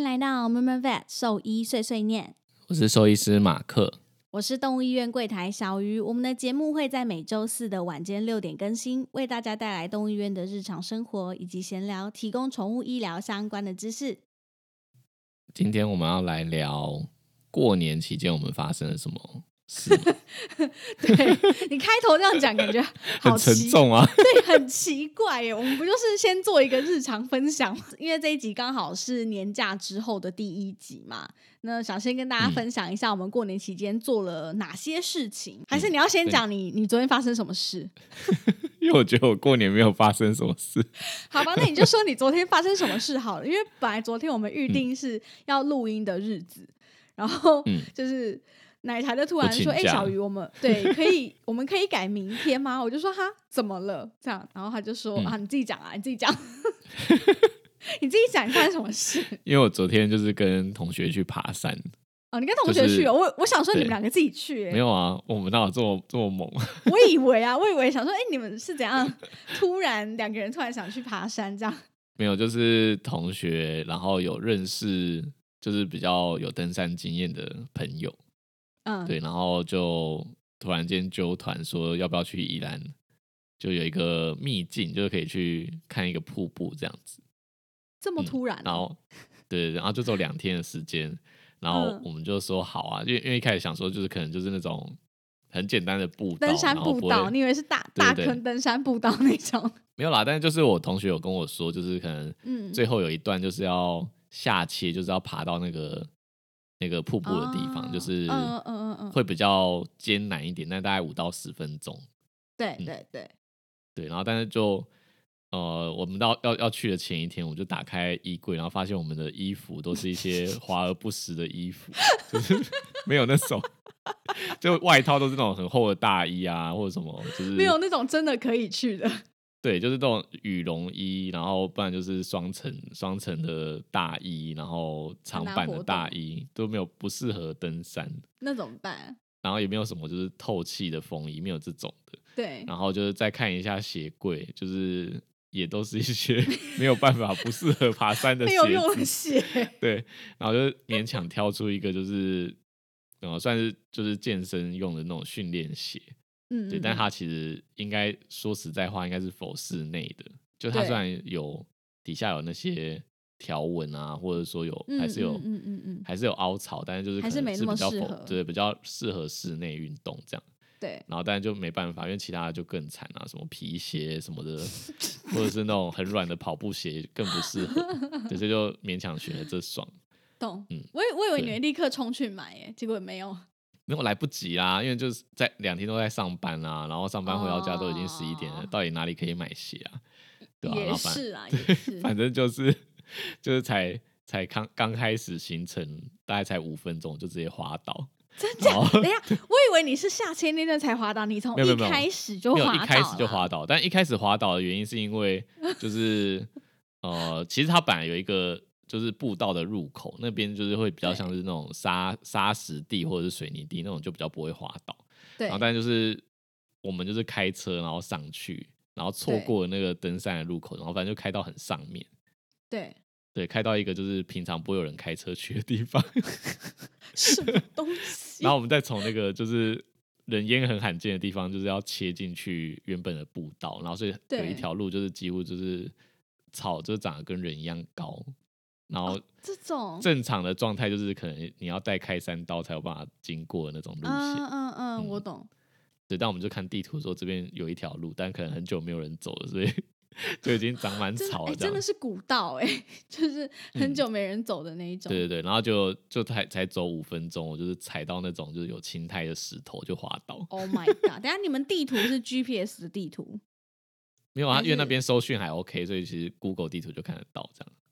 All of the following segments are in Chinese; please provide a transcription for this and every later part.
迎来到 Murmur Vet 兽医碎碎念， 我是兽医师马克， 我是动物医院柜台小鱼。我们的节目会在每周四的晚间6点更新，为大家带来动物医院的日常生活以及闲聊，提供宠物医疗相关的知识。 今天我们要来聊过年期间我们发生了什么事。 对，你开头这样讲感觉好很沉重啊。 对，很奇怪耶。我们不就是先做一个日常分享吗？因为这一集刚好是年假之后的第一集嘛，那想先跟大家分享一下我们过年期间做了哪些事情。还是你要先讲你昨天发生什么事？ 因为我觉得我过年没有发生什么事。 好吧，那你就说你昨天发生什么事好了。因为本来昨天我们预定是要录音的日子，然后就是奶茶就突然说：“小鱼，我们可以改明天吗？”我就说：“哈，怎么了？”这样，然后他就说：“啊，你自己讲啊，你自己讲，你自己讲，你发生什么事？” 因为我昨天就是跟同学去爬山。 哦，你跟同学去哦？我想说你们两个自己去。 没有啊，我们哪有这么猛？ 我以为想说，你们是怎样突然两个人突然想去爬山这样？ 没有，就是同学，然后有认识就是比较有登山经验的朋友。对，然后就突然间揪团说要不要去宜兰，就有一个秘境，就是可以去看一个瀑布这样子。 这么突然然后对，然后就只有2天的时间，然后我们就说好啊，因为一开始想说就是可能就是那种很简单的步道， 登山步道，你以为是大坑登山步道那种？ 没有啦，但是就是我同学有跟我说，就是可能最后有一段就是要下切，就是要爬到那个瀑布的地方，就是会比较艰难一点，但大概5到10分钟。 对， 然后但是就我们要去的前一天，我就打开衣柜，然后发现我们的衣服都是一些华而不实的衣服，就是没有那种，就外套都是那种很厚的大衣啊，或者什么，就是没有那种真的可以去的。 对，就是这种羽绒衣，然后不然就是双层的大衣，然后长版的大衣都没有，不适合登山。 那怎么办？ 然后也没有什么就是透气的风衣，没有这种的。 对。 然后就是再看一下鞋柜，就是也都是一些没有办法不适合爬山的鞋子， 没有用的鞋。 对，然后就勉强挑出一个就是算是就是健身用的那种训练鞋。对，但它其实应该说实在话，应该是否室内的。就它虽然底下有那些条纹啊，或者说还是有凹槽，但是就是可能是比较比较适合室内运动这样。 对， 然后但是就没办法，因为其他的就更惨啊，什么皮鞋什么的，或者是那种很软的跑步鞋更不适合，所以就勉强选了这双。 懂，我以为你会立刻冲去买耶，结果没有。 没有，来不及啦，因为就是在2天都在上班啊，然后上班回到家都已经11点了，到底哪里可以买鞋啊？对吧？ 也是啊，也是， 反正就是才刚开始行程，大概才5分钟就直接滑倒。 真假？等一下，我以为你是下切那段才滑倒，你从一开始就滑倒了。 没有，一开始就滑倒，但一开始滑倒的原因是因为就是其实它本来有一个就是步道的入口那边，就是会比较像是那种沙石地或者是水泥地那种，就比较不会滑倒。 对。 然后但就是我们就是开车然后上去，然后错过了那个登山的入口，然后反正就开到很上面。对，开到一个就是平常不会有人开车去的地方。 什么东西？ 然后我们再从那个就是人烟很罕见的地方，就是要切进去原本的步道，然后所以有一条路就是几乎就是草就长得跟人一样高，然后这种正常的状态就是可能你要带开山刀才有办法经过的那种路线。 我懂。 对，但我们就看地图说这边有一条路，但可能很久没有人走了，所以就已经长满草了。 真的是古道就是很久没人走的那一种。 对，然后就才走5分钟，我就是踩到那种就是有青苔的石头就滑倒。 Oh my god！ 等一下你们地图是 GPS 的地图？ 没有啊，因为那边收讯还 OK， 所以其实 Google 地图就看得到这样。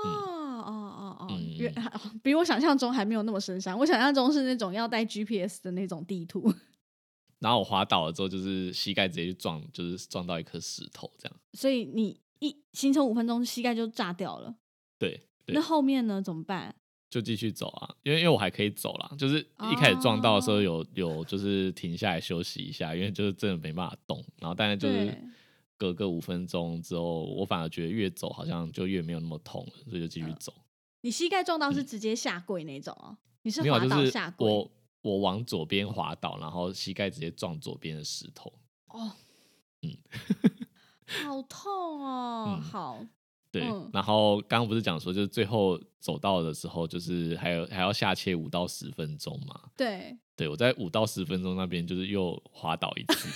比我想象中还没有那么深山，我想象中是那种要带 GPS 的那种地图。 然后我滑倒了之后，就是膝盖直接去撞，就是撞到一颗石头这样。 所以你行程5分钟，膝盖就炸掉了。 对。 那后面呢？怎么办？ 就继续走啊，因为我还可以走啦，就是一开始撞到的时候有就是停下来休息一下，因为就是真的没办法动。然后但是就是隔个5分钟之后，我反而觉得越走好像就越没有那么痛了，所以就继续走。 你膝盖撞到是直接下跪那种哦？你是没有， 滑就是倒下跪？ 我往左边滑倒，然后膝盖直接撞左边的石头。 哦，好痛哦。好， 对。然后刚刚不是讲说，就是最后走到的时候，就是还要下切5到10分钟嘛？ 对， 对，我在5到10分钟那边就是又滑倒一次。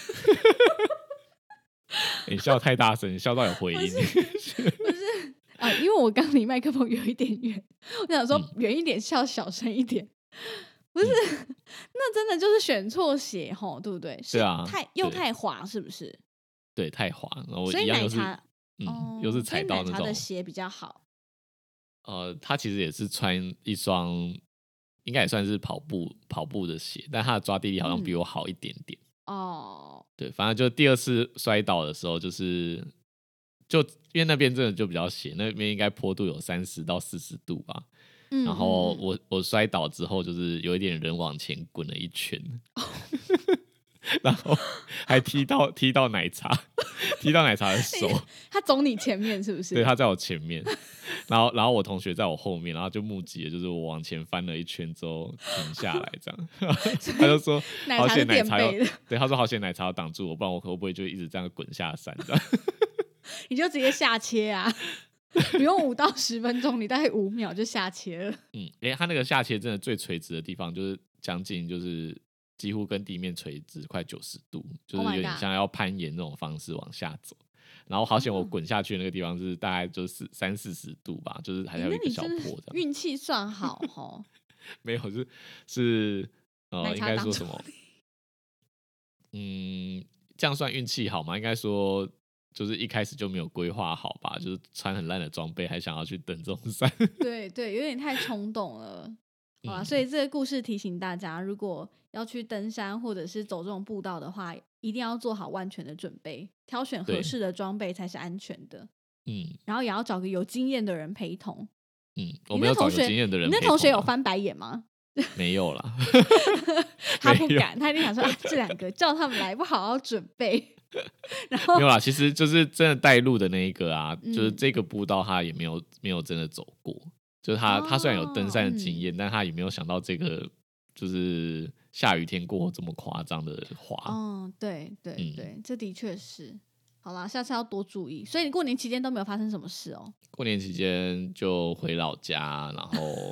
你笑太大声，你笑到有回音。不是啊，因为我刚离麦克风有一点远，我想说远一点笑，小声一点。不是，那真的就是选错鞋吼，对不对？ 对啊， 太滑，是不是？ 对，太滑。然后所以奶茶又是踩到那种。 奶茶的鞋比较好。 他其实也是穿一双，应该也算是跑步的鞋，但他的抓地力好像比我好一点点。对，反正就第2次摔倒的时候，就因为那边真的就比较斜，那边应该坡度有30到40度吧。然后我摔倒之后，就是有一点人往前滚了一圈。然后还踢到奶茶，踢到奶茶的手。 他走你前面是不是？ 对，他在我前面。然后我同学在我后面，然后就目击了，就是我往前翻了一圈之后停下来这样。他就说好险奶茶对，他说好险奶茶要挡住我，不然我会不会就一直这样滚下山这样。 你就直接下切啊。不用5到10分钟，你大概5秒就下切了。 他那个下切真的最垂直的地方，就是将近就是几乎跟地面垂直快90度，就是有点像要攀岩那种方式往下走。然后好险我滚下去的那个地方是大概就是30-40度吧，就是还有一个小坡这样。 运气算好齁。 没有，是应该说什么？这样算运气好吗？应该说就是一开始就没有规划好吧，就是穿很烂的装备还想要去登这种山。 对，有点太冲动了。好啦，所以这个故事提醒大家，如果要去登山或者是走这种步道的话，一定要做好万全的准备，挑选合适的装备才是安全的。然后也要找个有经验的人陪同。 我没有找有经验的人陪同。 你那同学有翻白眼吗？ 没有啦。 他不敢，他一定想说这2个叫他们来不好好准备。然后没有啦，其实就是真的带路的那一个啊，就是这个步道他也没有真的走过，就是他虽然有登山的经验，但他也没有想到这个就是下雨天过后这么夸张的滑。 对，这的确是。好啦，下次要多注意。所以你过年期间都没有发生什么事哦？ 过年期间就回老家，然后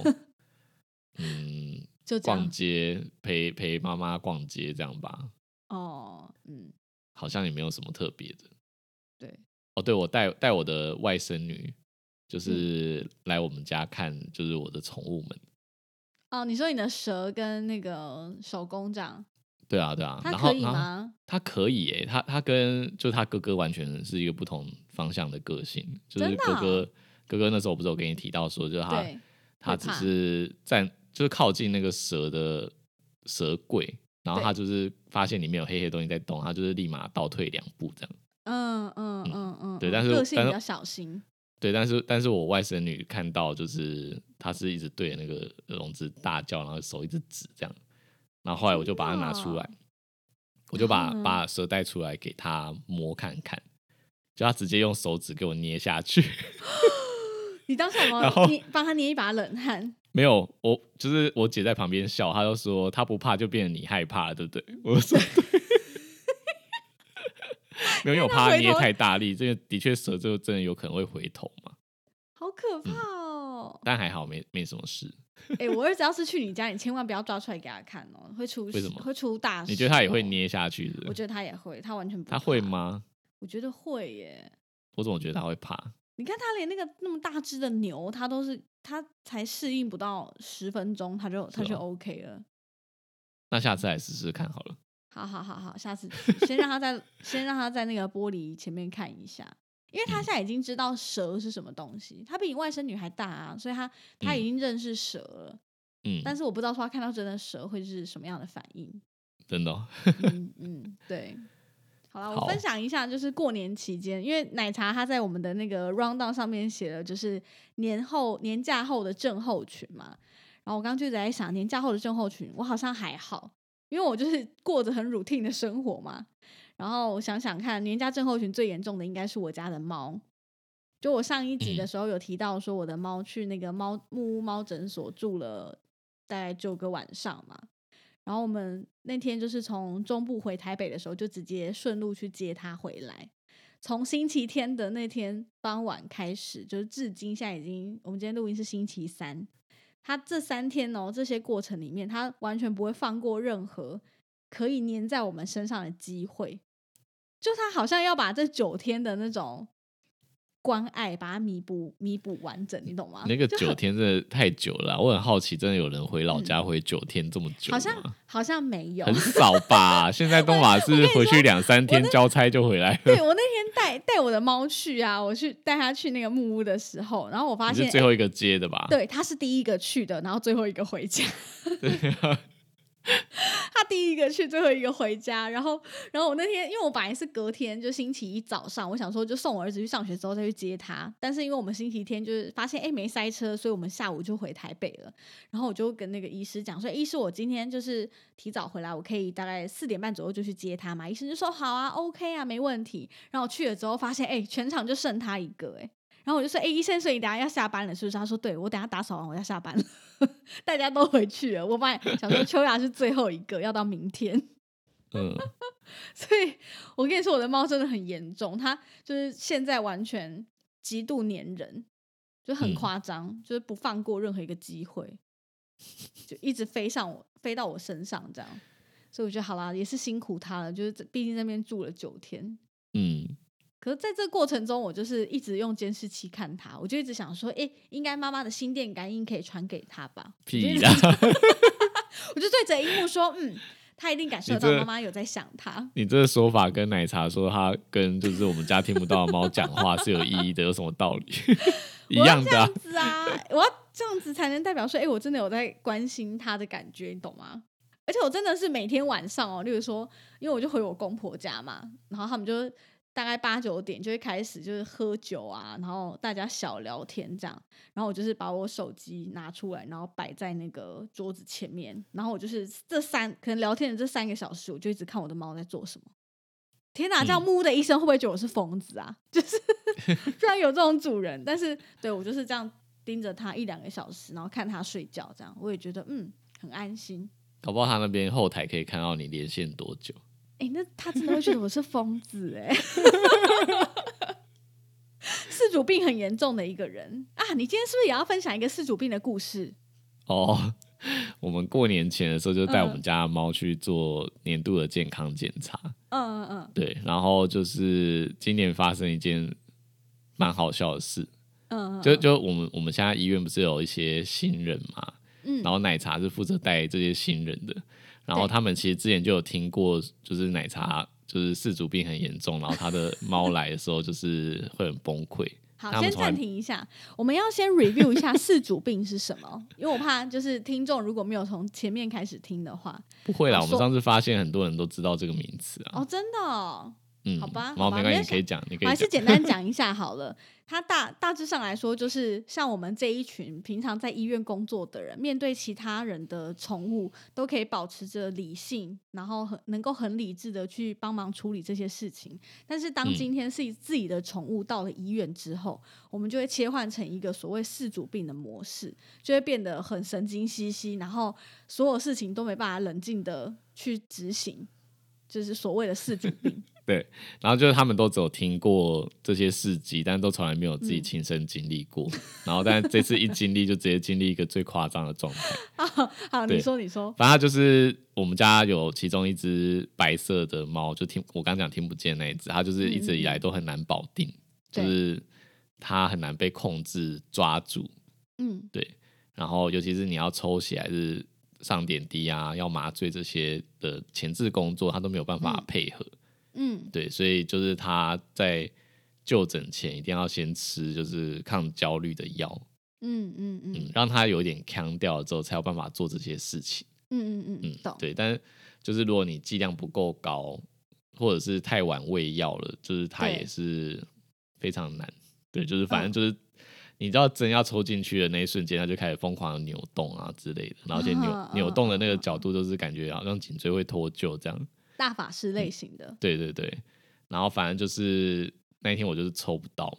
就逛街，陪妈妈逛街这样吧。好像也没有什么特别的。对，我带我的外甥女，就是来我们家看，就是我的宠物们。 你说你的蛇跟那个手工长？ 对啊， 它可以吗？ 它可以耶，它跟就是他哥哥完全是一个不同方向的个性。就是哥哥那时候我不是有跟你提到说，就是他只是就是靠近那个蛇的蛇柜。然后他就是发现里面有黑黑东西在动，他就是立马倒退2步这样。对，但是个性比较小心。 对，但是我外甥女看到，就是他是一直对着那个笼子大叫，然后手一直指这样。然后后来我就把它拿出来，我就把蛇带出来给他摸看看，就他直接用手指给我捏下去。 你当时有没有帮他捏一把冷汗？ 没有，就是我姐在旁边笑，她就说她不怕就变成你害怕了，对不对？我就说对。没有，因为我怕她捏太大力，这个的确蛇就真的有可能会回头嘛。 好可怕哦！ 但还好没什么事。 我儿子要是去你家，你千万不要抓出来给他看哦，会出事。为什么？会出大事。 你觉得他也会捏下去的？ 我觉得他也会，他完全不怕。 他会吗？ 我觉得会耶。 我怎么觉得他会怕？ 你看他连那个那么大只的牛，他才适应不到10分钟，他就 OK 了。 那下次来试试看好了。 好，下次先让他在那个玻璃前面看一下，因为他现在已经知道蛇是什么东西，他比你外甥女还大啊，所以他已经认识蛇了。但是我不知道说他看到真的蛇会是什么样的反应。 真的哦。 对。好了，我分享一下，就是过年期间，因为奶茶他在我们的那个 rundown 上面写了，就是年假后的症候群嘛。然后我刚刚就在想，年假后的症候群，我好像还好，因为我就是过着很 routine 的生活嘛。然后我想想看，年假症候群最严重的应该是我家的猫。 就我上一集的时候有提到说我的猫去那个木屋猫诊所住了大概9个晚上嘛，然后我们那天就是从中部回台北的时候就直接顺路去接它回来，从星期天的那天傍晚开始，就是至今现在我们今天录音是星期三，他这3天这些过程里面他完全不会放过任何可以黏在我们身上的机会，就他好像要把这9天的那种关爱把它弥补完整，你懂吗？ 那个9天真的太久了我很好奇真的有人回老家回9天这么久吗？ 好像没有， 很少吧现在东马是回去2-3天交差就回来了。 对，我那天带我的猫去啊，我去带它去那个木屋的时候，然后我发现你是最后一个接的吧？ 对，他是第一个去的，然后最后一个回家。对啊他第一个去，最后一个回家。然后我那天因为我本来是隔天就星期一早上，我想说就送我儿子去上学之后再去接他，但是因为我们星期天就是发现没塞车，所以我们下午就回台北了。然后我就跟那个医师讲说，医师我今天就是提早回来，我可以大概4点半左右就去接他嘛。医生就说好啊 OK 啊没问题。然后我去了之后发现全场就剩他一个然后我就说医生所以你等一下要下班了是不是？他说对，我等一下打扫完我要下班了大家都回去了。我本来想说秋雅是最后一个要到明天所以我跟你说我的猫真的很严重，它就是现在完全极度黏人，就很夸张就是不放过任何一个机会，就一直飞到我身上这样。所以我觉得好啦，也是辛苦它了，就是毕竟那边住了9天。可是在这过程中我就是一直用监视器看他，我就一直想说应该妈妈的心电感应可以传给他吧。 屁啦我就对着萤幕说他一定感受到妈妈有在想他。 你这个说法跟奶茶说他跟就是我们家听不到的猫讲话是有意义的有什么道理一样的啊。 我要这样子才能代表说我真的有在关心他的感觉，你懂吗？而且我真的是每天晚上例如说因为我就回我公婆家嘛，然后他们就大概8、9点就会开始就是喝酒啊，然后大家小聊天这样，然后我就是把我手机拿出来，然后摆在那个桌子前面，然后我就是可能聊天的这3个小时，我就一直看我的猫在做什么。天哪，这样木屋的医生会不会觉得我是疯子啊？就是居然有这种主人，但是对我就是这样盯着他1、2个小时，然后看他睡觉，这样我也觉得很安心。 搞不好他那边后台可以看到你连线多久。 那他真的会觉得我是疯子饲主病很严重的一个人啊！你今天是不是也要分享一个饲主病的故事？ 我们过年前的时候就带我们家的猫去做年度的健康检查。对，然后就是今年发生一件蛮好笑的事。就我们现在医院不是有一些新人嘛，然后奶茶是负责带这些新人的。然后他们其实之前就有听过，就是奶茶就是饲主病很严重，然后他的猫来的时候就是会很崩溃。 好，先暂停一下，我们要先 review 一下饲主病是什么，因为我怕就是听众如果没有从前面开始听的话。 不会啦，我们上次发现很多人都知道这个名词啊。 真的好吧， 没关系，你可以讲， 我还是简单讲一下好了。它大致上来说，就是像我们这一群平常在医院工作的人，面对其他人的宠物，都可以保持着理性，然后能够很理智的去帮忙处理这些事情。但是当今天是自己的宠物到了医院之后，我们就会切换成一个所谓饲主病的模式，就会变得很神经兮兮，然后所有事情都没办法冷静的去执行，就是所谓的饲主病。 对，然后就是他们都只有听过这些事迹，但都从来没有自己亲身经历过。然后但这次一经历就直接经历一个最夸张的状态。 好，你说。 反正就是我们家有其中一只白色的猫，就我刚讲听不见那一只，它就是一直以来都很难保定，就是它很难被控制抓住。对。然后尤其是你要抽血还是上点滴啊，要麻醉这些的前置工作，它都没有办法配合。对，所以就是他在就诊前一定要先吃就是抗焦虑的药，让他有一点呛掉了之后才有办法做这些事情。懂。对，但是就是如果你剂量不够高，或者是太晚喂药了，就是他也是非常难。对，就是反正就是你知道针要抽进去的那一瞬间，他就开始疯狂的扭动啊之类的，然后而且扭动的那个角度都是感觉好像颈椎会脱臼这样。 大法师类型的。 对，然后反正就是那一天我就是抽不到嘛，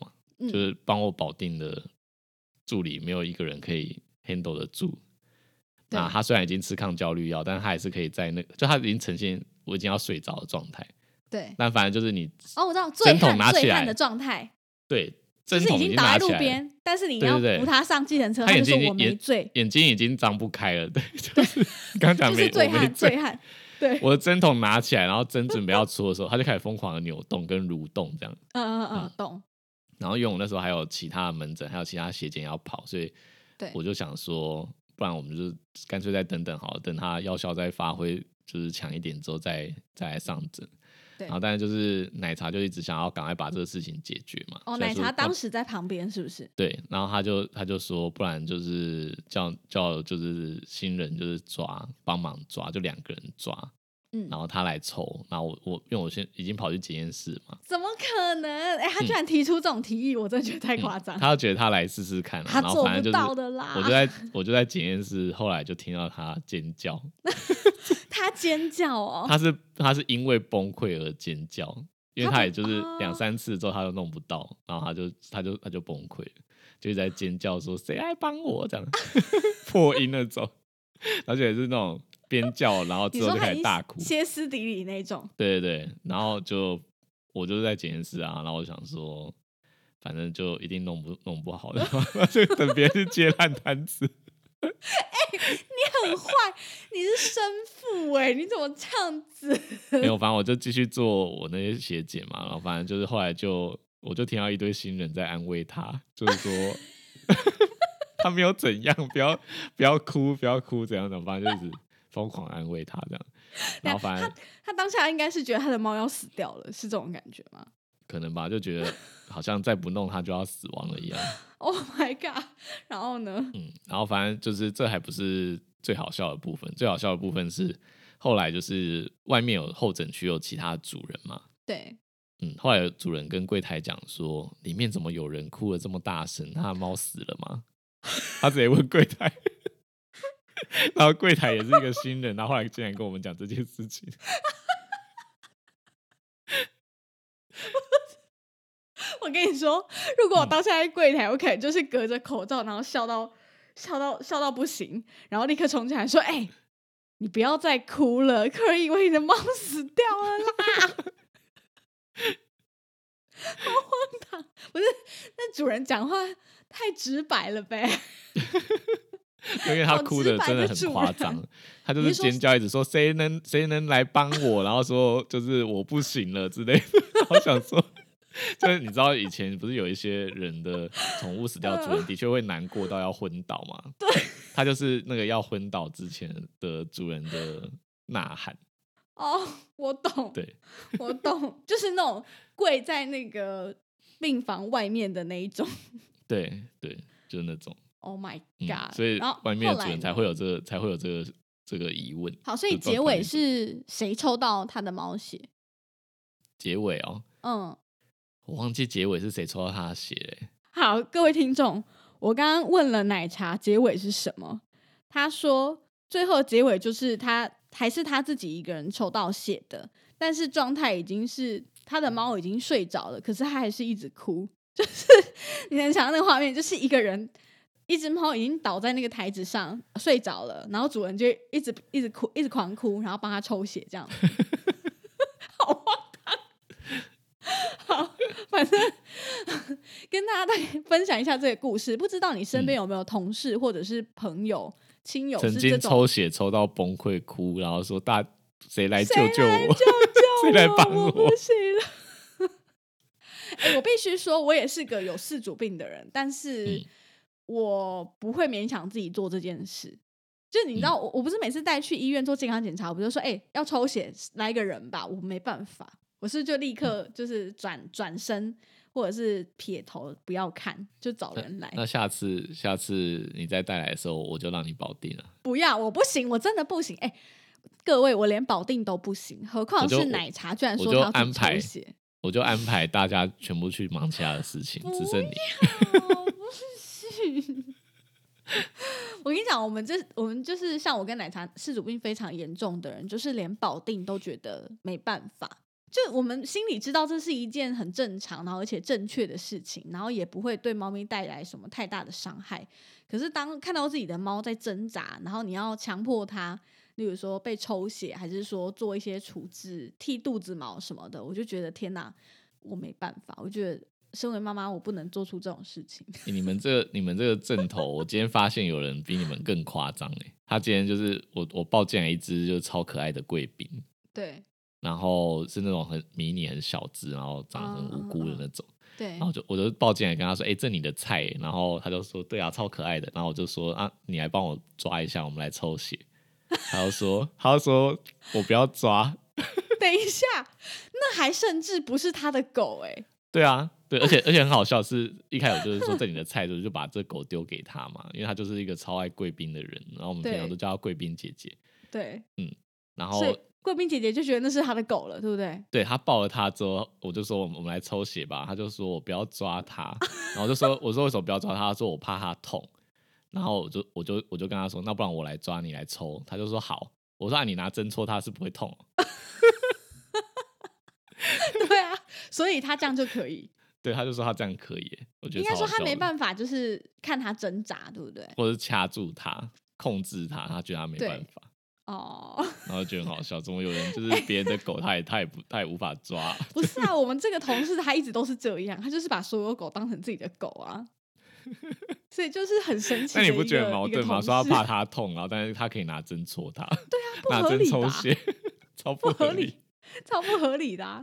就是帮我保定的助理没有一个人可以 handle 得住。那他虽然已经吃抗焦虑药，但是他还是可以在就他已经呈现我已经要睡着的状态。 对， 但反正就是你我知道针筒拿起来的状态， 对，针筒已经倒在路边，但是你要扶他上计程车，他就说我没醉， 眼睛已经张不开了。对，就是刚讲没， 就是醉汉。对， 我的针筒拿起来，然后针准备要出的时候，他就开始疯狂的扭动跟蠕动这样。 动。 然后因为我那时候还有其他的门诊，还有其他血检要跑，所以我就想说，不然我们就干脆再等等好了，等他药效再发挥就是强一点之后再来上诊。然后但是就是奶茶就一直想要赶快把这个事情解决嘛。 奶茶当时在旁边是不是？ 对，然后他就说，不然就是叫就是新人就是帮忙抓，就2个人抓。然后他来抽，然后因为我已经跑去检验室嘛。 怎么可能？他居然提出这种提议，我真的觉得太夸张。 他就觉得他来试试看， 他做不到的啦。我就在检验室，后来就听到他尖叫。 他尖叫哦！ 他是因为崩溃而尖叫，因为他也就是2-3次之后他都弄不到，然后他就崩溃了，就一直在尖叫说谁来帮我这样，破音那种，而且是那种边叫然后之后就开始大哭， 歇斯底里那种。 对对对，然后我就是在检验室啊，然后我想说，反正就一定弄不好的，就等别人去接烂摊子。 你很坏，你是生父你怎么这样子？ 没有，反正我就继续做我那些血检嘛，然后反正就是后来我就听到一堆新人在安慰他，就是说他没有怎样，不要哭怎样的，反正就一直疯狂安慰他这样。然后反正他当下应该是觉得他的猫要死掉了，是这种感觉吗？ 可能吧，就觉得好像再不弄它就要死亡了一样。 Oh my god！ 然后呢？ 然后反正就是这还不是最好笑的部分，最好笑的部分是后来就是外面有候诊区有其他主人嘛。 对。 后来有主人跟柜台讲说，里面怎么有人哭得这么大声？他的猫死了吗？他直接问柜台，然后柜台也是一个新人，然后后来竟然跟我们讲这件事情。 我跟你说，如果我当下在柜台，我可能就是隔着口罩，然后笑到不行，然后立刻冲进来说：“你不要再哭了，客人以为你的猫死掉了啦！”好荒唐！不是，那主人讲话太直白了呗。 因为他哭的真的很夸张，他就是尖叫，一直说谁能来帮我，然后说就是我不行了之类的。好想说。就是你知道以前不是有一些人的宠物死掉，主人的确会难过到要昏倒嘛？ 对， 他就是那个要昏倒之前的主人的呐喊。 我懂， 对， 我懂，就是那种跪在那个病房外面的那一种。 对对，就是那种。 Oh my god！ 所以外面的主人才会有这个疑问。 好，所以结尾是谁抽到他的猫血？ 结尾我忘记结尾是谁抽到他的血好，各位听众，我刚刚问了奶茶结尾是什么，他说最后结尾就是还是他自己一个人抽到血的，但是状态已经是他的猫已经睡着了，可是他还是一直哭，就是你能想象那个画面，就是一只猫已经倒在那个台子上睡着了，然后主人就一直哭，一直狂哭，然后帮他抽血这样。好荒唐。好，反正跟大家分享一下这个故事。不知道你身边有没有同事或者是朋友、亲友曾经抽血抽到崩溃哭，然后说谁来救救我？谁来帮我？ 不行了。我必须说，我也是个有饲主病的人，但是我不会勉强自己做这件事。就你知道，我不是每次带去医院做健康检查，我不就说要抽血来一个人吧，我没办法。我是就立刻就是转身或者是撇头不要看，就找人来。 那下次你再带来的时候，我就让你保定了。 不要，我不行，我真的不行。各位，我连保定都不行，何况是奶茶居然说他要抽血。 我就安排大家全部去忙其他的事情，只剩你。 不行。我跟你讲，我们就是像我跟奶茶，饲主病非常严重的人，就是连保定都觉得没办法。 就我们心里知道这是一件很正常，然后而且正确的事情，然后也不会对猫咪带来什么太大的伤害。可是当看到自己的猫在挣扎，然后你要强迫它，例如说被抽血，还是说做一些处置、剃肚子毛什么的，我就觉得天哪，我没办法。我觉得身为妈妈，我不能做出这种事情。 你们这个阵头，我今天发现有人比你们更夸张哎！他今天就是我抱进来一只就是超可爱的贵宾， 对， 然后是那种很迷你、很小只，然后长得很无辜的那种。 对， 然后我就抱进来跟他说：“这你的菜。”然后他就说：“对啊，超可爱的。”然后我就说：“啊，你来帮我抓一下，我们来抽血。”他就说：“我不要抓。” 等一下，那还甚至不是他的狗哎。 对啊，对，而且很好笑，是一开始就是说这你的菜，就把这狗丢给他嘛，因为他就是一个超爱贵宾的人，然后我们平常都叫他贵宾姐姐。 对， 然后贵宾姐姐就觉得那是他的狗了，对不对？ 对，他抱了他之后，我就说我们来抽血吧，他就说我不要抓他，然后我说为什么不要抓他？他说我怕他痛，然后我就跟他说，那不然我来抓你来抽，他就说好，我说你拿针戳他是不会痛。 对啊，所以他这样就可以。 对，他就说他这样可以，我觉得应该说他没办法，就是看他挣扎，对不对？ 或者是掐住他、控制他，他觉得他没办法。 哦， 然后觉得很好笑，怎么有人就是别人的狗他也无法抓？ 不是啊，我们这个同事他一直都是这样，他就是把所有狗当成自己的狗啊，所以就是很神奇。 那你不觉得矛盾吗？说他怕他痛，然后但是他可以拿针戳他， 对啊，不合理吧？ 拿针抽血，超不合理， 超不合理的啊。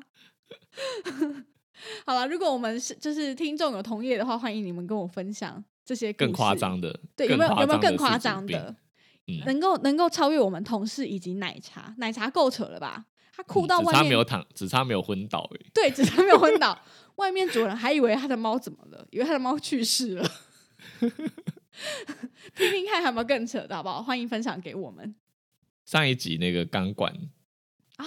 好了，如果我们就是听众有同业的话，欢迎你们跟我分享这些故事更夸张的， 对，有没有更夸张的？能够超越我们同事以及奶茶够扯了吧？他哭到外面， 只差没有昏倒而已。 对，只差没有昏倒。外面主人还以为他的猫怎么了，以为他的猫去世了。听听看，还有没有更扯的，好不好？欢迎分享给我们。 上一集那个钢管啊，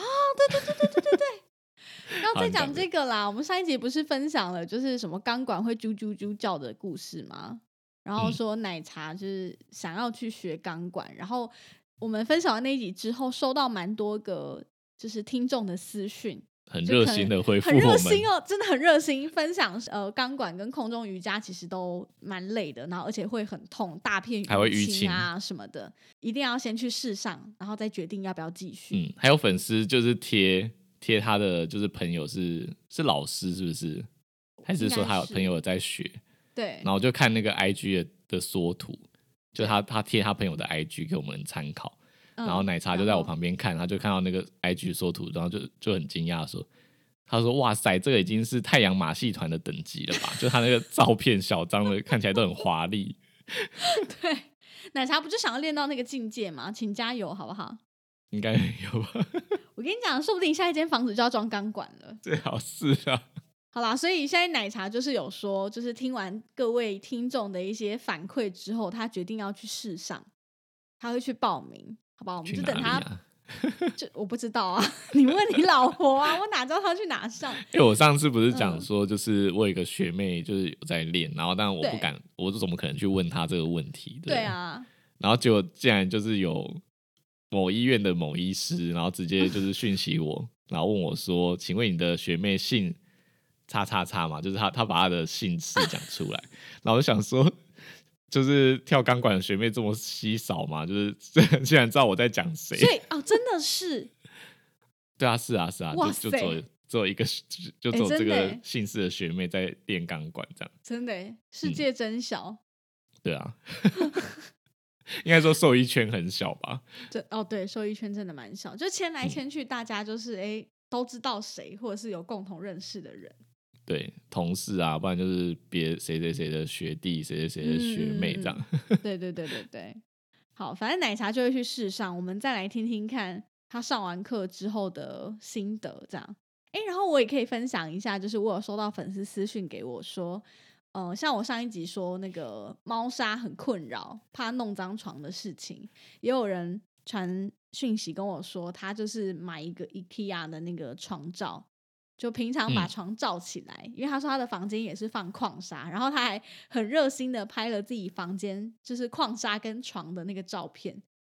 对。然后再讲这个啦，我们上一集不是分享了就是什么钢管会啾啾啾叫的故事吗？然后说奶茶就是想要去学钢管，然后我们分享完那一集之后，收到蛮多个就是听众的私讯， 很热心的回复我们， 很热心哦，真的很热心，分享钢管跟空中瑜伽其实都蛮累的，然后而且会很痛，大片淤青啊什么的，一定要先去试上，然后再决定要不要继续。 还有粉丝就是贴他的就是朋友是老师是不是？还是说他有朋友在学？对，然后就看那个 IG 的缩图，就他贴他朋友的 IG 给我们参考，然后奶茶就在我旁边看，他就看到那个 IG 缩图，然后就很惊讶说，他说哇塞，这个已经是太阳马戏团的等级了吧？就他那个照片小张的看起来都很华丽。 对，奶茶不就想要练到那个境界吗？请加油好不好？ 应该有吧。 我跟你讲，说不定下一间房子就要装钢管了。 最好是啊。 好啦，所以现在奶茶就是有说，就是听完各位听众的一些反馈之后，他决定要去试上，他会去报名，好不好？我们就等他。就我不知道啊，你问你老婆啊，我哪知道他去哪上？ 因为我上次不是讲说，就是我有一个学妹就是有在练，然后但我不敢，我怎么可能去问她这个问题？对啊。然后结果竟然就是有某医院的某医师，然后直接就是讯息我，然后问我说：“请问你的学妹姓？”叉叉叉嘛，就是他把他的姓氏讲出来，然后我就想说，就是跳钢管的学妹这么稀少嘛，就是竟然知道我在讲谁， 所以真的是， 对啊，是啊，就只有一个，就只有这个姓氏的学妹在练钢管这样， 真的世界真小， 对啊，应该说兽医圈很小吧？ 对，兽医圈真的蛮小，就牵来牵去，大家就是都知道谁，或者是有共同认识的人。 对，同事啊，不然就是谁的学弟，谁的学妹这样。 对。好，反正奶茶就会去试上，我们再来听听看他上完课之后的心得，这样。然后我也可以分享一下，就是我有收到粉丝私讯给我说，像我上一集说那个猫砂很困扰，怕弄脏床的事情，也有人传讯息跟我说，他就是买一个 IKEA 的那个床罩。就平常把床罩起来，因为他说他的房间也是放矿砂，然后他还很热心的拍了自己房间就是矿砂跟床的那个照片，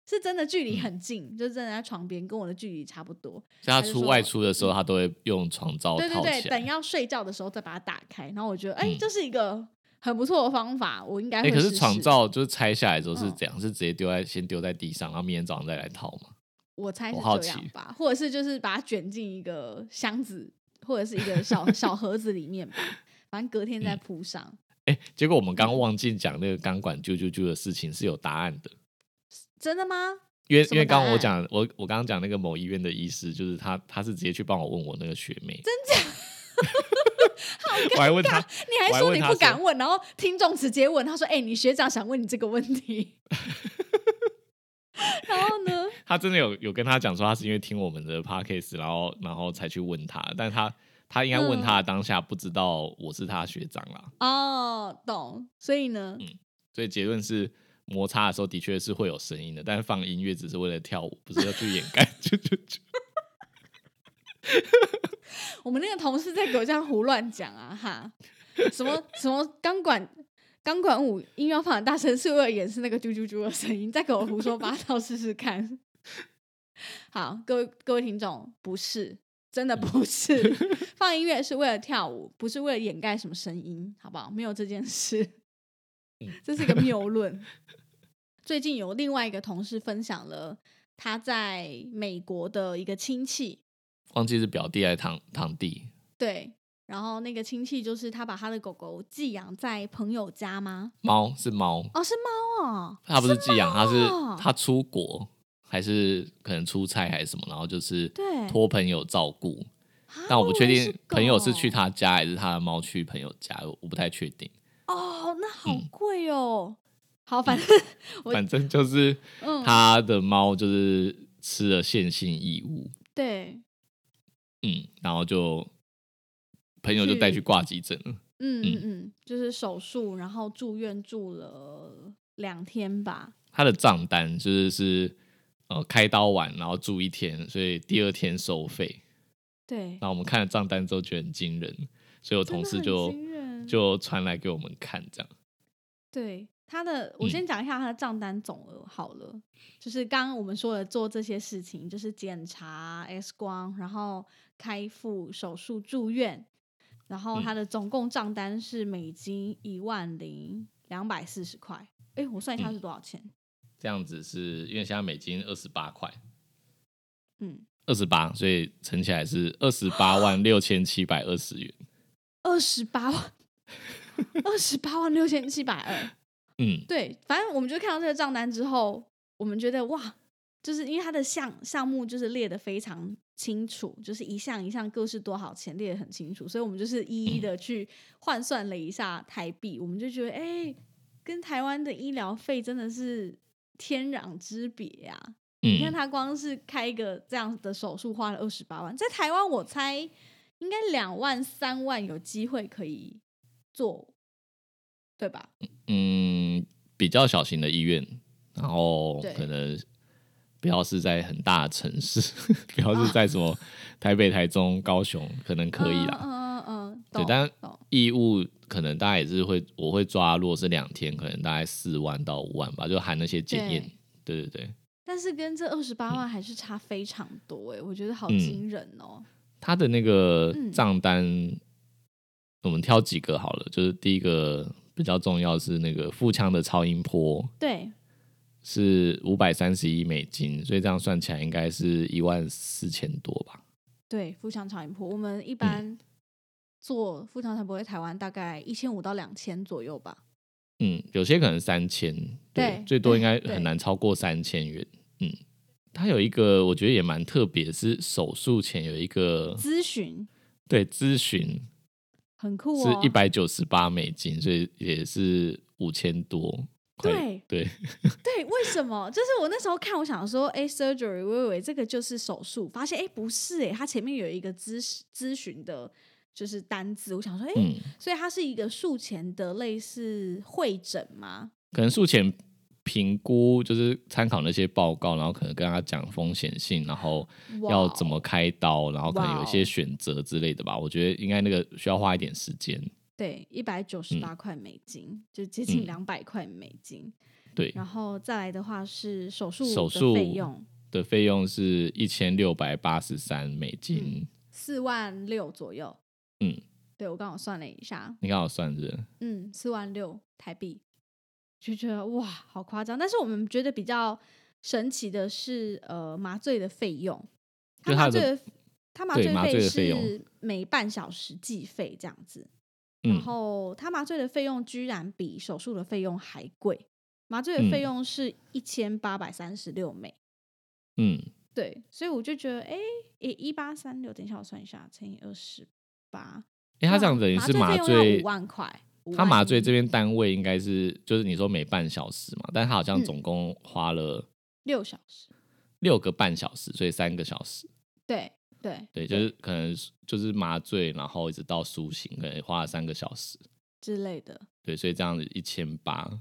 是真的距离很近，就真的在床边，跟我的距离差不多。 所以他外出的时候，他都会用床罩套起来。 对对对，等要睡觉的时候再把它打开。然后我觉得，这是一个很不错的方法，我应该会试试。 可是床罩就是拆下来之后是怎样？是直接先丢在地上，然后明天早上再来套吗？ 我猜是这样吧，或者是就是把它卷进一个箱子，或者是一个小盒子里面吧，反正隔天再铺上。 结果我们刚刚忘记讲那个钢管啾啾啾的事情是有答案的。 真的吗？ 因为刚刚我刚刚讲那个某医院的医师，就是他是直接去帮我问我那个学妹， 真假？好尴尬， 我还问他， 你还说你不敢问，然后听众直接问他说：“你学长想问你这个问题。”然后呢？ 他真的有跟他讲说，他是因为听我们的 podcast， 然后才去问他，但他应该问他的当下不知道我是他学长啦。 哦，懂。所以呢？ 所以结论是。摩擦的时候的确是会有声音的，但是放音乐只是为了跳舞，不是要去掩盖。 我们那个同事在给我这样胡乱讲啊，哈，什么钢管舞音乐放很大声，是为了掩饰那个啾啾啾的声音，再给我胡说八道试试看。好，各位听众，不是，真的不是，放音乐是为了跳舞，不是为了掩盖什么声音，好不好？没有这件事。这是一个谬论。最近有另外一个同事分享了他在美国的一个亲戚， 忘记是表弟还是堂弟。 对，然后那个亲戚就是他把他的狗狗寄养在朋友家吗？ 是猫哦，是猫哦。 他不是寄养，他出国还是可能出差还是什么，然后就是托朋友照顾。但我不确定朋友是去他家还是他的猫去朋友家，我不太确定。 哦，那好贵哦。好，反正就是他的猫就是吃了线性异物。 对。 然后就朋友就带去挂急诊了。 就是手术，然后住院住了2天吧。 他的账单就是开刀完然后住1天，所以第2天收费。 对。 然后我们看了账单之后觉得很惊人，所以我同事就传来给我们看，这样。 对，我先讲一下他的账单总额好了，就是刚刚我们说的做这些事情，就是检查 X 光，然后开腹手术住院，然后他的总共账单是美金10240块。我算一下是多少钱？ 这样子是因为现在美金28块，28，所以乘起来是286720元。 286720。对，反正我们就看到这个账单之后，我们觉得哇，就是因为它的项目就是列得非常清楚，就是一项一项各是多少钱列得很清楚，所以我们就是一一的去换算了一下台币，我们就觉得跟台湾的医疗费真的是天壤之别啊。你看他光是开一个这样的手术花了28万，在台湾我猜应该2万3万有机会可以做，对吧？ 比较小型的医院，然后可能不要是在很大的城市，不要是在什么台北、台中、高雄，可能可以啦。对，但义务可能大概也是我会抓，如果是2天，可能大概4万到5万吧，就含那些检验。对。 但是跟这28万还是差非常多我觉得好惊人哦。 他的那个账单，我们挑几个好了，就是第一个比较重要是那个腹腔的超音波， 对， 是531美金，所以这样算起来应该是14000多吧。 对，腹腔超音波，我们一般做腹腔超音波在台湾大概1500到2000左右吧。 有些可能3000，对，最多应该很难超过3000元。它有一个我觉得也蛮特别，是手术前有一个咨询， 对，咨询很酷是198美金，所以也是5000多。 对，为什么？就是我那时候看，我想说surgery， 我以为这个就是手术，发现不是它前面有一个咨询的就是单字，我想说所以它是一个术前的类似会诊吗？ 可能术前评估就是参考那些报告，然后可能跟他讲风险性，然后要怎么开刀，然后可能有一些选择之类的吧。我觉得应该那个需要花一点时间。 对，198块美金，就接近200块美金。 对， 然后再来的话是手术的费用是$1683 ，46000左右。对，我刚好算了一下， 你刚好算是 46000台币，就觉得哇好夸张。但是我们觉得比较神奇的是麻醉的费用，他麻醉费是每半小时计费这样子，然后他麻醉的费用居然比手术的费用还贵，麻醉的费用是$1836。对，所以我就觉得1836，等一下我算一下，乘以28， 他这样等于是麻醉 5万块。 他麻醉这边单位应该是就是你说每半小时嘛，但他好像总共花了 6小时 ，6个半小时，所以3个小时。 对， 就是可能就是麻醉，然后一直到苏醒，可能花了3个小时之类的。 对，所以这样子1800。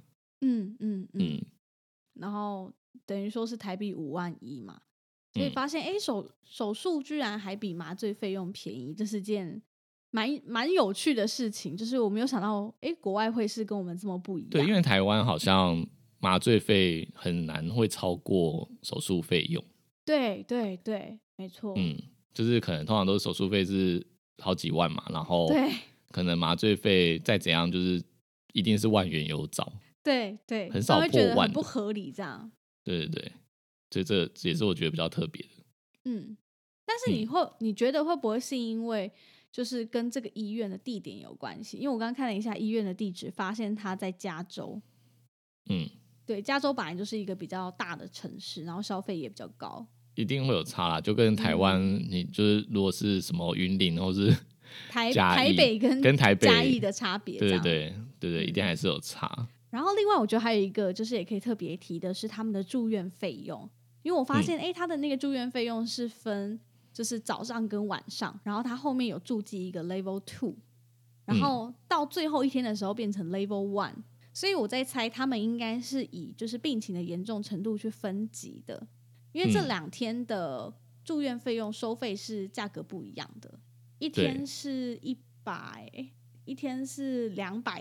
然后等于说是台币51000嘛，所以发现手术居然还比麻醉费用便宜，这是件蛮有趣的事情，就是我没有想到国外会是跟我们这么不一样。 对，因为台湾好像麻醉费很难会超过手术费用。 对，没错。 就是可能通常都是手术费是好几万嘛，然后对， 可能麻醉费再怎样就是一定是万元有找。 对， 很少破万， 会觉得很不合理这样。 对，所以这也是我觉得比较特别的。 但是你觉得会不会是因为就是跟这个医院的地点有关系？因为我刚刚看了一下医院的地址，发现它在加州。对，加州本来就是一个比较大的城市，然后消费也比较高， 一定会有差啦。就跟台湾，你就是如果是什么云林或是台北跟台北嘉义的差别， 对，一定还是有差。 然后另外我觉得还有一个就是也可以特别提的是他们的住院费用，因为我发现他的那个住院费用是分就是早上跟晚上，然后他后面有注记一个 Level 2，然后到最后一天的时候变成 Level 1，所以我在猜他们应该是以就是病情的严重程度去分级的，因为这2天的住院费用收费是价格不一样的，一天是100，一天是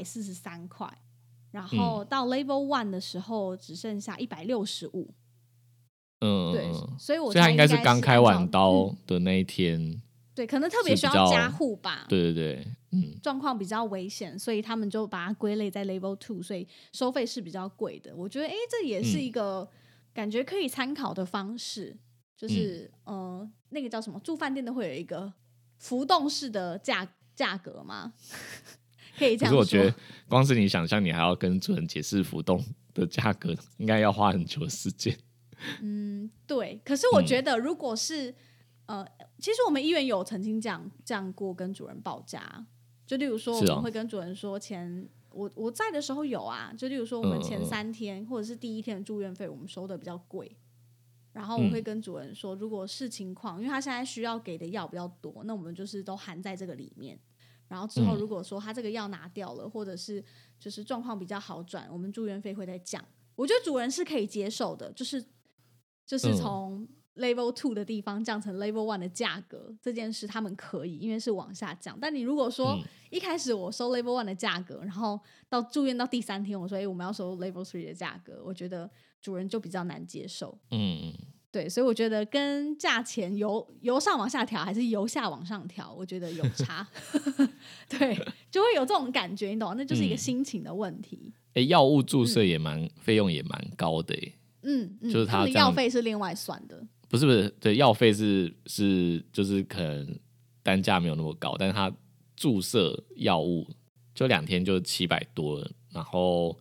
243块。然后到 Level 1的时候只剩下165。对，所以他应该是刚开完刀的那一天。 对，可能特别需要加护吧。 对， 状况比较危险，所以他们就把它归类在 Level 2，所以收费是比较贵的。我觉得这也是一个感觉可以参考的方式，就是那个叫什么，住饭店都会有一个浮动式的价格吗？可以这样说。可是我觉得光是你想象你还要跟主人解释浮动的价格，应该要花很久的时间。 对。可是我觉得如果是其实我们医院有曾经这样过跟主人报价，就例如说我们会跟主人说我在的时候有啊，就例如说我们前3天或者是第1天的住院费我们收的比较贵，然后我会跟主人说如果是情况，因为他现在需要给的药比较多，那我们就是都含在这个里面，然后之后如果说他这个药拿掉了，或者是就是状况比较好转，我们住院费会再降。我觉得主人是可以接受的，就是从 Level 2的地方降成 Level 1的价格这件事他们可以，因为是往下降。但你如果说一开始我收 Level 1的价格，然后到住院到第3天我说我们要收 Level 3的价格，我觉得主人就比较难接受。对，所以我觉得跟价钱由上往下调还是由下往上调，我觉得有差。对，就会有这种感觉，你懂？那就是一个心情的问题。 药物注射也费用也蛮高的就是他们的药费是另外算的。 不是，对，药费是就是可能单价没有那么高，但是它注射药物就2天就700多了，然后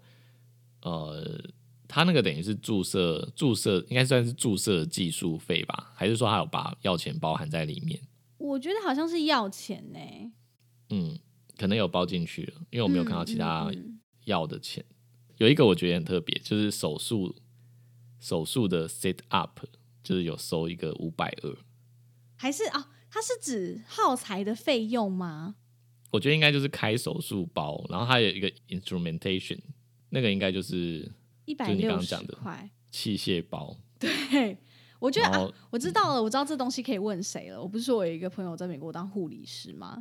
他那个等于是注射应该算是注射技术费吧，还是说他有把药钱包含在里面？ 我觉得好像是药钱欸。 可能有包进去了，因为我没有看到其他药的钱。有一个我觉得很特别，就是手术的 set up 就是有收一个520， 还是它是指耗材的费用吗？ 我觉得应该就是开手术包，然后它有一个 instrumentation， 那个应该就是你刚刚讲的器械包。 对，我觉得我知道了，我知道这东西可以问谁了。我不是说我有一个朋友在美国当护理师吗？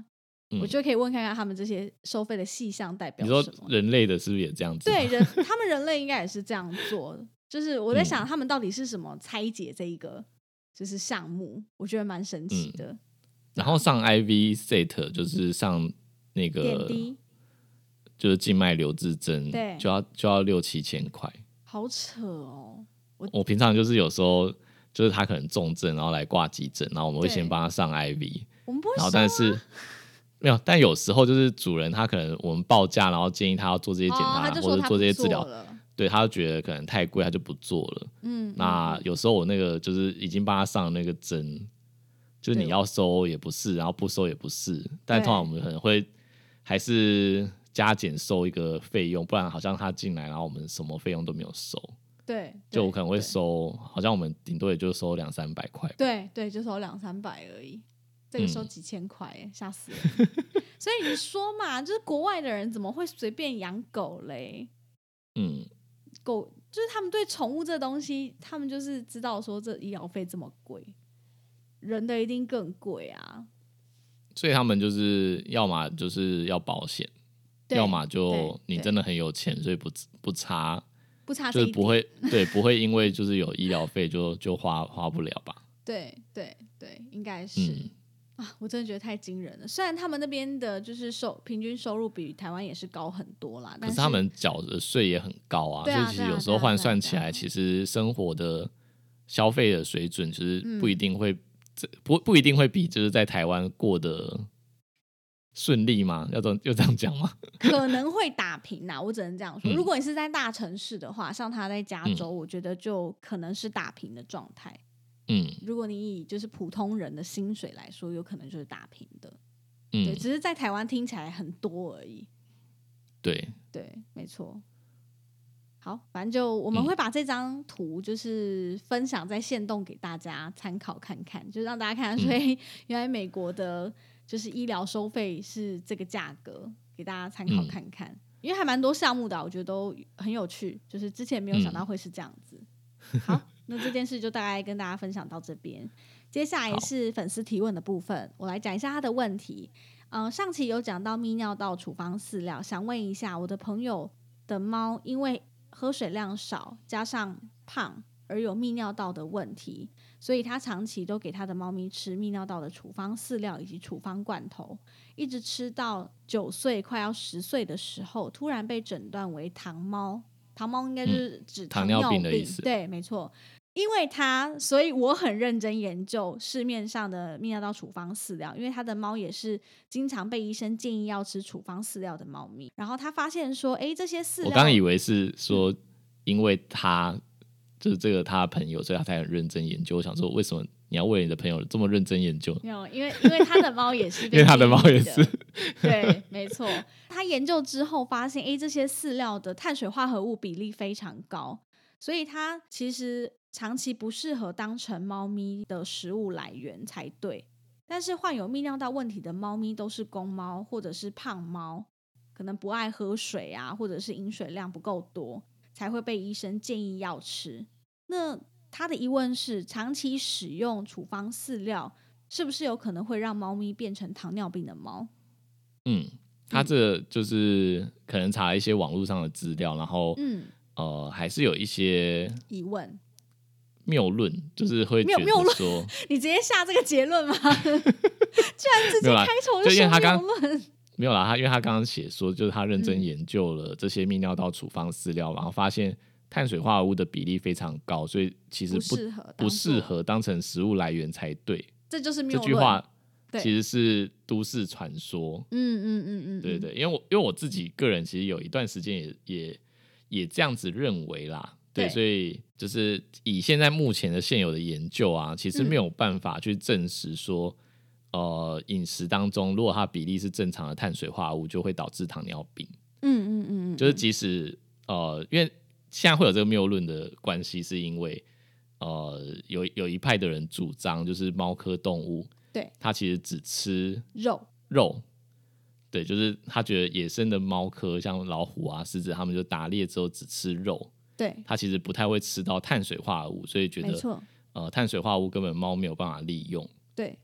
我就可以问看看他们这些收费的细项代表什么。 你说人类的是不是也这样子？ 对，他们人类应该也是这样做。就是我在想他们到底是什么拆解这一个就是项目，我觉得蛮神奇的。 然后上 IV set 就是上那个点滴， 就是静脉留置针， 对， 就要6-7千块， 好扯哦。 我平常就是有时候就是他可能重症，然后来挂急诊，然后我们会先帮他上 IV， 我们不会收啊， 然后但是没有，但有时候就是主人他可能我们报价，然后建议他要做这些检查，或者做这些治疗，对，他就觉得可能太贵，他就不做了。那有时候我那个就是已经帮他上了那个针，就是你要收也不是，然后不收也不是，但通常我们可能会还是加减收一个费用，不然好像他进来，然后我们什么费用都没有收。 对， 就我可能会收，好像我们顶多也就收200-300块。 对对，就收200-300而已。这个收几千块，吓死人！所以你说嘛，就是国外的人怎么会随便养狗嘞？狗就是他们对宠物这东西，他们就是知道说这医疗费这么贵，人的一定更贵啊。 所以他们就是要么就是要保险，要么就你真的很有钱，所以不差。就是不会不会因为就是有医疗费就花不了吧？对对对，应该是。我真的觉得太惊人了。虽然他们那边的就是平均收入比台湾也是高很多啦， 可是他们缴的税也很高啊，所以其实有时候换算起来，其实生活的消费的水准其实不一定会不一定会比就是在台湾过得顺利吗？要这样讲吗？ 可能会打平啦，我只能这样说。如果你是在大城市的话，像他在加州，我觉得就可能是打平的状态。如果你以就是普通人的薪水来说，有可能就是打平的。对，只是在台湾听起来很多而已。 对对，没错。好，反正就我们会把这张图就是分享在限动给大家参考看看，就让大家看看，所以原来美国的就是医疗收费是这个价格，给大家参考看看。因为还蛮多项目的，我觉得都很有趣，就是之前没有想到会是这样子。好，那这件事就大概跟大家分享到这边。接下来是粉丝提问的部分，我来讲一下他的问题。上期有讲到泌尿道处方饲料，想问一下，我的朋友的猫因为喝水量少加上胖而有泌尿道的问题，所以他长期都给他的猫咪吃泌尿道的处方饲料以及处方罐头，一直吃到9岁快要10岁的时候，突然被诊断为糖猫。糖猫应该就是指糖尿病的意思。 对，没错。因为所以我很认真研究市面上的泌尿道处方饲料，因为他的猫也是经常被医生建议要吃处方饲料的猫咪。然后他发现说，这些饲料， 我刚以为是说，因为他就是这个他的朋友，所以他才很认真研究。我想说，为什么你要为你的朋友这么认真研究？ 没有，因为他的猫也是被因为他的猫也是对，没错。他研究之后发现，这些饲料的碳水化合物比例非常高，所以它其实长期不适合当成猫咪的食物来源才对。但是患有泌尿道问题的猫咪都是公猫或者是胖猫，可能不爱喝水啊，或者是饮水量不够多，才会被医生建议要吃。那他的疑问是，长期使用处方饲料是不是有可能会让猫咪变成糖尿病的猫？ 他这就是可能查一些网络上的资料，然后还是有一些疑问谬论，就是会觉得说你直接下这个结论吗？居然直接开头就说谬论。 没有啦，因为他刚刚写说，就是他认真研究了这些泌尿道处方饲料，然后发现碳水化合物的比例非常高，所以其实不适合当成食物来源才对。 这就是谬论。 这句话其实是都市传说。对对，因为我自己个人其实有一段时间也这样子认为啦。对，所以就是以现在目前的现有的研究啊，其实没有办法去证实说，饮食当中如果它比例是正常的碳水化合物，就会导致糖尿病。就是即使因为现在会有这个谬论的关系，是因为有一派的人主张，就是猫科动物， 对， 它其实只吃肉。 对，就是他觉得野生的猫科像老虎啊、狮子，他们就打猎之后只吃肉， 对， 它其实不太会吃到碳水化合物，所以觉得碳水化合物根本猫没有办法利用。 对，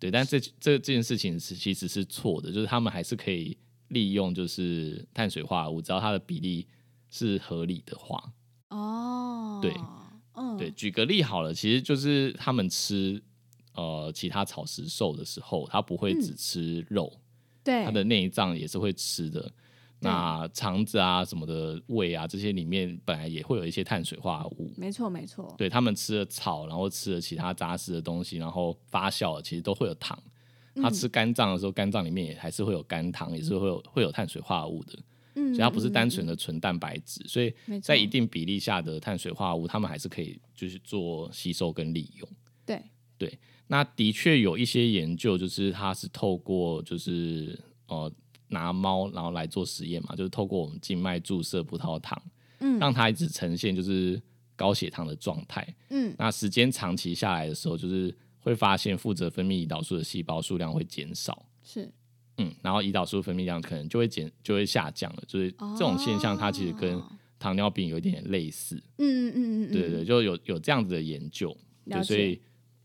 对，但这件事情其实是错的，就是他们还是可以利用就是碳水化合物，只要它的比例是合理的话。对，对，举个例好了，其实就是他们吃其他草食兽的时候，他不会只吃肉， 对， 他的内脏也是会吃的。那肠子啊什么的胃啊这些里面本来也会有一些碳水化合物， 没错没错。 对，他们吃了草，然后吃了其他杂食的东西，然后发酵了，其实都会有糖。他吃肝脏的时候，肝脏里面也还是会有肝糖，也是会有碳水化合物的。所以它不是单纯的纯蛋白质，所以在一定比例下的碳水化合物，他们还是可以就是做吸收跟利用。 对对，那的确有一些研究，就是它是透过就是拿猫然后来做实验嘛，就是透过我们静脉注射葡萄糖，让它一直呈现就是高血糖的状态。那时间长期下来的时候，就是会发现负责分泌胰岛素的细胞数量会减少。 是。 然后胰岛素分泌量可能就会下降了，就是这种现象，它其实跟糖尿病有一点类似。对对，就有这样子的研究。对，所以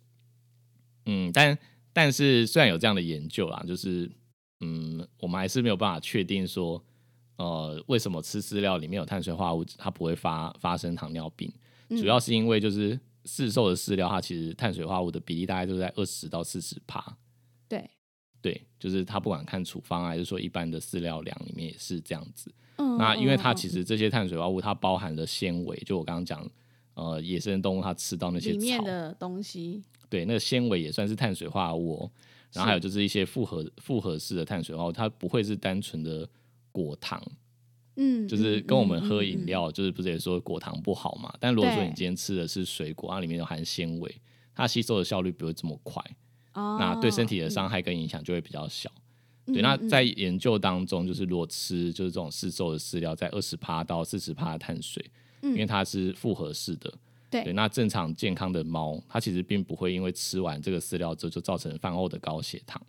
但是虽然有这样的研究啦，就是我们还是没有办法确定说为什么吃饲料里面有碳水化合物它不会发生糖尿病。主要是因为就是市售的饲料它其实碳水化合物的比例大概都在20%到40%。对，就是它不管看处方还是说一般的饲料量里面也是这样子。那因为它其实这些碳水化合物它包含了纤维，就我刚刚讲野生动物它吃到那些草里面的东西， 对，那个纤维也算是碳水化合物然后还有就是一些复合式的碳水化合物，它不会是单纯的果糖。就是跟我们喝饮料，就是不是也说果糖不好嘛？但如果说你今天吃的是水果，它里面有含纤维，它吸收的效率不会这么快。那对身体的伤害跟影响就会比较小。对，那在研究当中，就是如果吃就是这种市售的饲料，在20%到40%的碳水，因为它是复合式的。对，那正常健康的猫，它其实并不会因为吃完这个饲料之后就造成饭后的高血糖。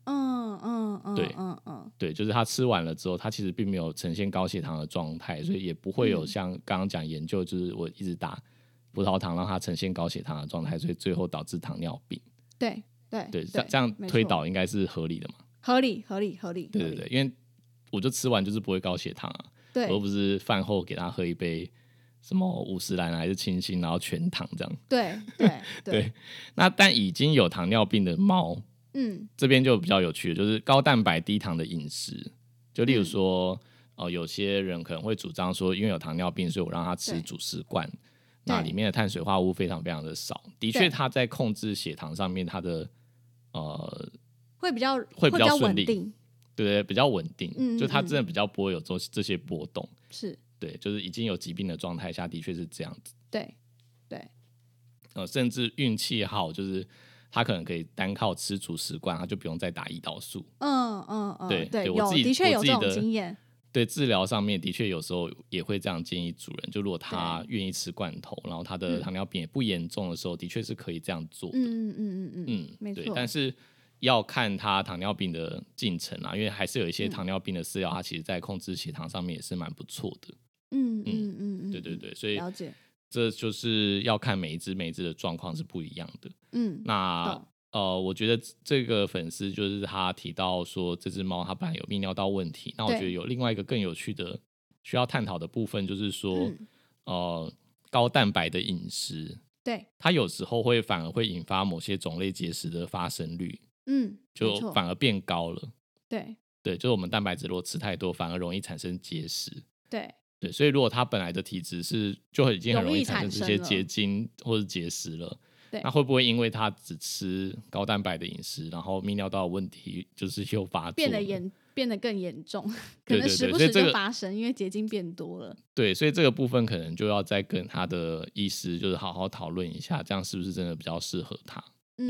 对，就是它吃完了之后，它其实并没有呈现高血糖的状态，所以也不会有像刚刚讲研究，就是我一直打葡萄糖让它呈现高血糖的状态，所以最后导致糖尿病。 对， 这样推导应该是合理的嘛？ 合理。对， 因为我就吃完就是不会高血糖啊，我又不是饭后给他喝一杯什么50兰还是清新，然后全糖这样。 对。 那但已经有糖尿病的猫，这边就比较有趣的，就是高蛋白低糖的饮食。就例如说，有些人可能会主张说，因为有糖尿病，所以我让他吃主食罐，那里面的碳水化合物非常非常的少。的确，他在控制血糖上面，他的会比较顺利，对，比较稳定。就他真的比较不会有这些波动。 是， 对，就是已经有疾病的状态下，的确是这样子。 对， 甚至运气好，就是他可能可以单靠吃主食罐，他就不用再打胰岛素。对，我自己的确有这种经验。 对，治疗上面的确有时候也会这样建议主人，就如果他愿意吃罐头，然后他的糖尿病也不严重的时候，的确是可以这样做的。 没错。 对，但是要看他糖尿病的进程啊，因为还是有一些糖尿病的饲料，它其实在控制血糖上面也是蛮不错的。对，所以了解。 这就是要看每一只的状况是不一样的。那我觉得这个粉丝就是他提到说这只猫它本来有泌尿道问题，那我觉得有另外一个更有趣的需要探讨的部分，就是说高蛋白的饮食， 对， 它有时候反而会引发某些种类结石的发生率，就反而变高了。对，就是我们蛋白质如果吃太多，反而容易产生结石。对，所以如果它本来的体质就已经很容易产生这些结晶或者结石了，那会不会因为它只吃高蛋白的饮食，然后泌尿道的问题就是又发作变得更严重，可能时不时就发生，因为结晶变多了。 对，所以这个部分可能就要再跟他的医师就是好好讨论一下，这样是不是真的比较适合他。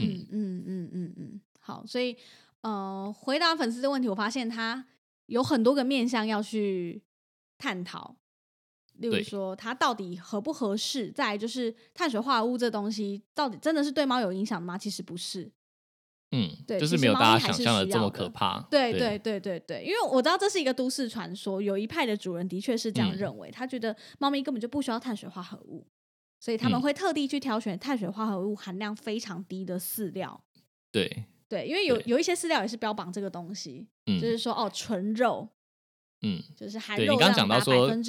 好，所以回答粉丝的问题，我发现他有很多个面向要去探讨，例如说它到底合不合适，再来就是碳水化合物这东西到底真的是对猫有影响吗？其实不是。对， 就是没有大家想象的这么可怕。 对，因为我知道这是一个都市传说，有一派的主人的确是这样认为，他觉得猫咪根本就不需要碳水化合物，所以他们会特地去挑选碳水化合物含量非常低的饲料。 对，因为有一些饲料也是标榜这个东西，就是说纯肉，就是含肉量达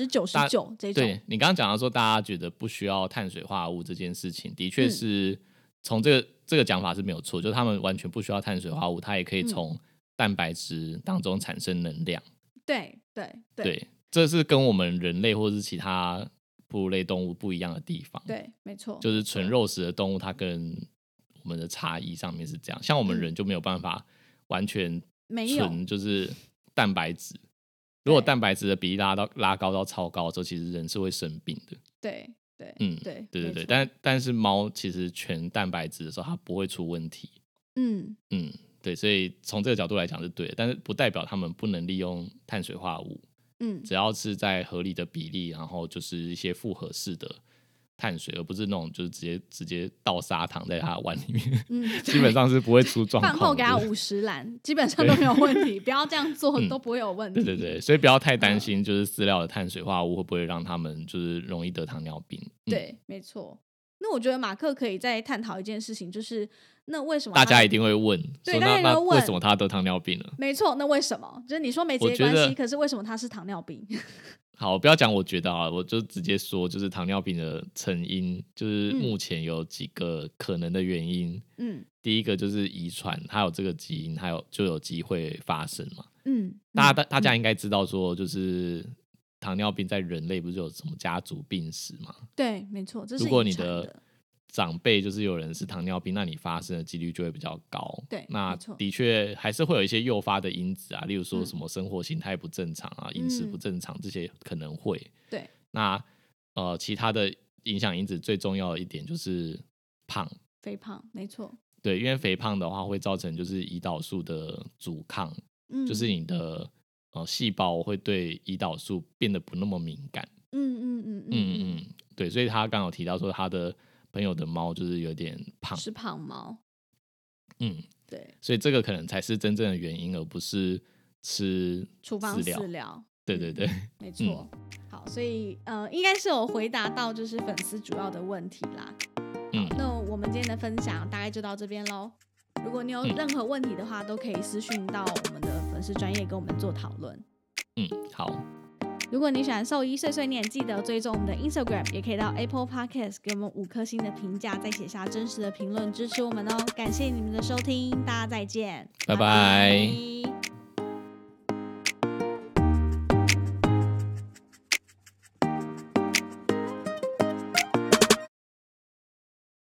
99%这种。 对，你刚刚讲到说大家觉得不需要碳水化合物这件事情，的确是从这个讲法是没有错，就是他们完全不需要碳水化合物，它也可以从蛋白质当中产生能量。 对， 这是跟我们人类或是其他哺乳类动物不一样的地方。 对，没错， 就是纯肉食的动物，它跟我们的差异上面是这样。像我们人就没有办法完全纯就是蛋白质，如果蛋白质的比例拉高到超高的时候，其实人是会生病的。 对， 但是猫其实全蛋白质的时候，它不会出问题。对，所以从这个角度来讲是对的，但是不代表他们不能利用碳水化合物。只要是在合理的比例，然后就是一些复合式的碳水，而不是那种就是直接倒砂糖在它的碗里面，基本上是不会出状况。 饭后给它50兰，基本上都没有问题。不要这样做，都不会有问题。 对，所以不要太担心，就是饲料的碳水化合物会不会让他们就是容易得糖尿病。 对，没错。那我觉得马克可以再探讨一件事情，就是那为什么大家一定会问，说那为什么他得糖尿病了？ 没错，那为什么？就是你说没直接关系，可是为什么他是糖尿病？ 好，不要讲我觉得啊，我就直接说，就是糖尿病的成因，就是目前有几个可能的原因。第一个就是遗传，它有这个基因，就有机会发生嘛。大家应该知道说，就是糖尿病在人类不是有什么家族病史吗？ 对，没错，这是遗传的。 如果你的长辈就是有人是糖尿病，那你发生的几率就会比较高。 对， 那的确还是会有一些诱发的因子啊，例如说什么生活形态不正常啊、饮食不正常，这些可能会。 对， 那其他的影响因子最重要的一点就是肥胖，没错。 对，因为肥胖的话会造成就是胰岛素的阻抗，就是你的细胞会对胰岛素变得不那么敏感。对，所以他刚好提到说他的朋友的猫就是有点胖， 是胖猫。对， 所以这个可能才是真正的原因，而不是吃处方饲料。 对， 没错。好，所以应该是有回答到就是粉丝主要的问题啦。那我们今天的分享大概就到这边咯。如果你有任何问题的话，都可以私讯到我们的粉丝专页跟我们做讨论。 好。 如果你喜欢兽医碎碎念，记得追踪我们的 Instagram， 也可以到 Apple Podcast 给我们5颗星的评价，再写下真实的评论支持我们哦。感谢你们的收听，大家再见， 拜拜。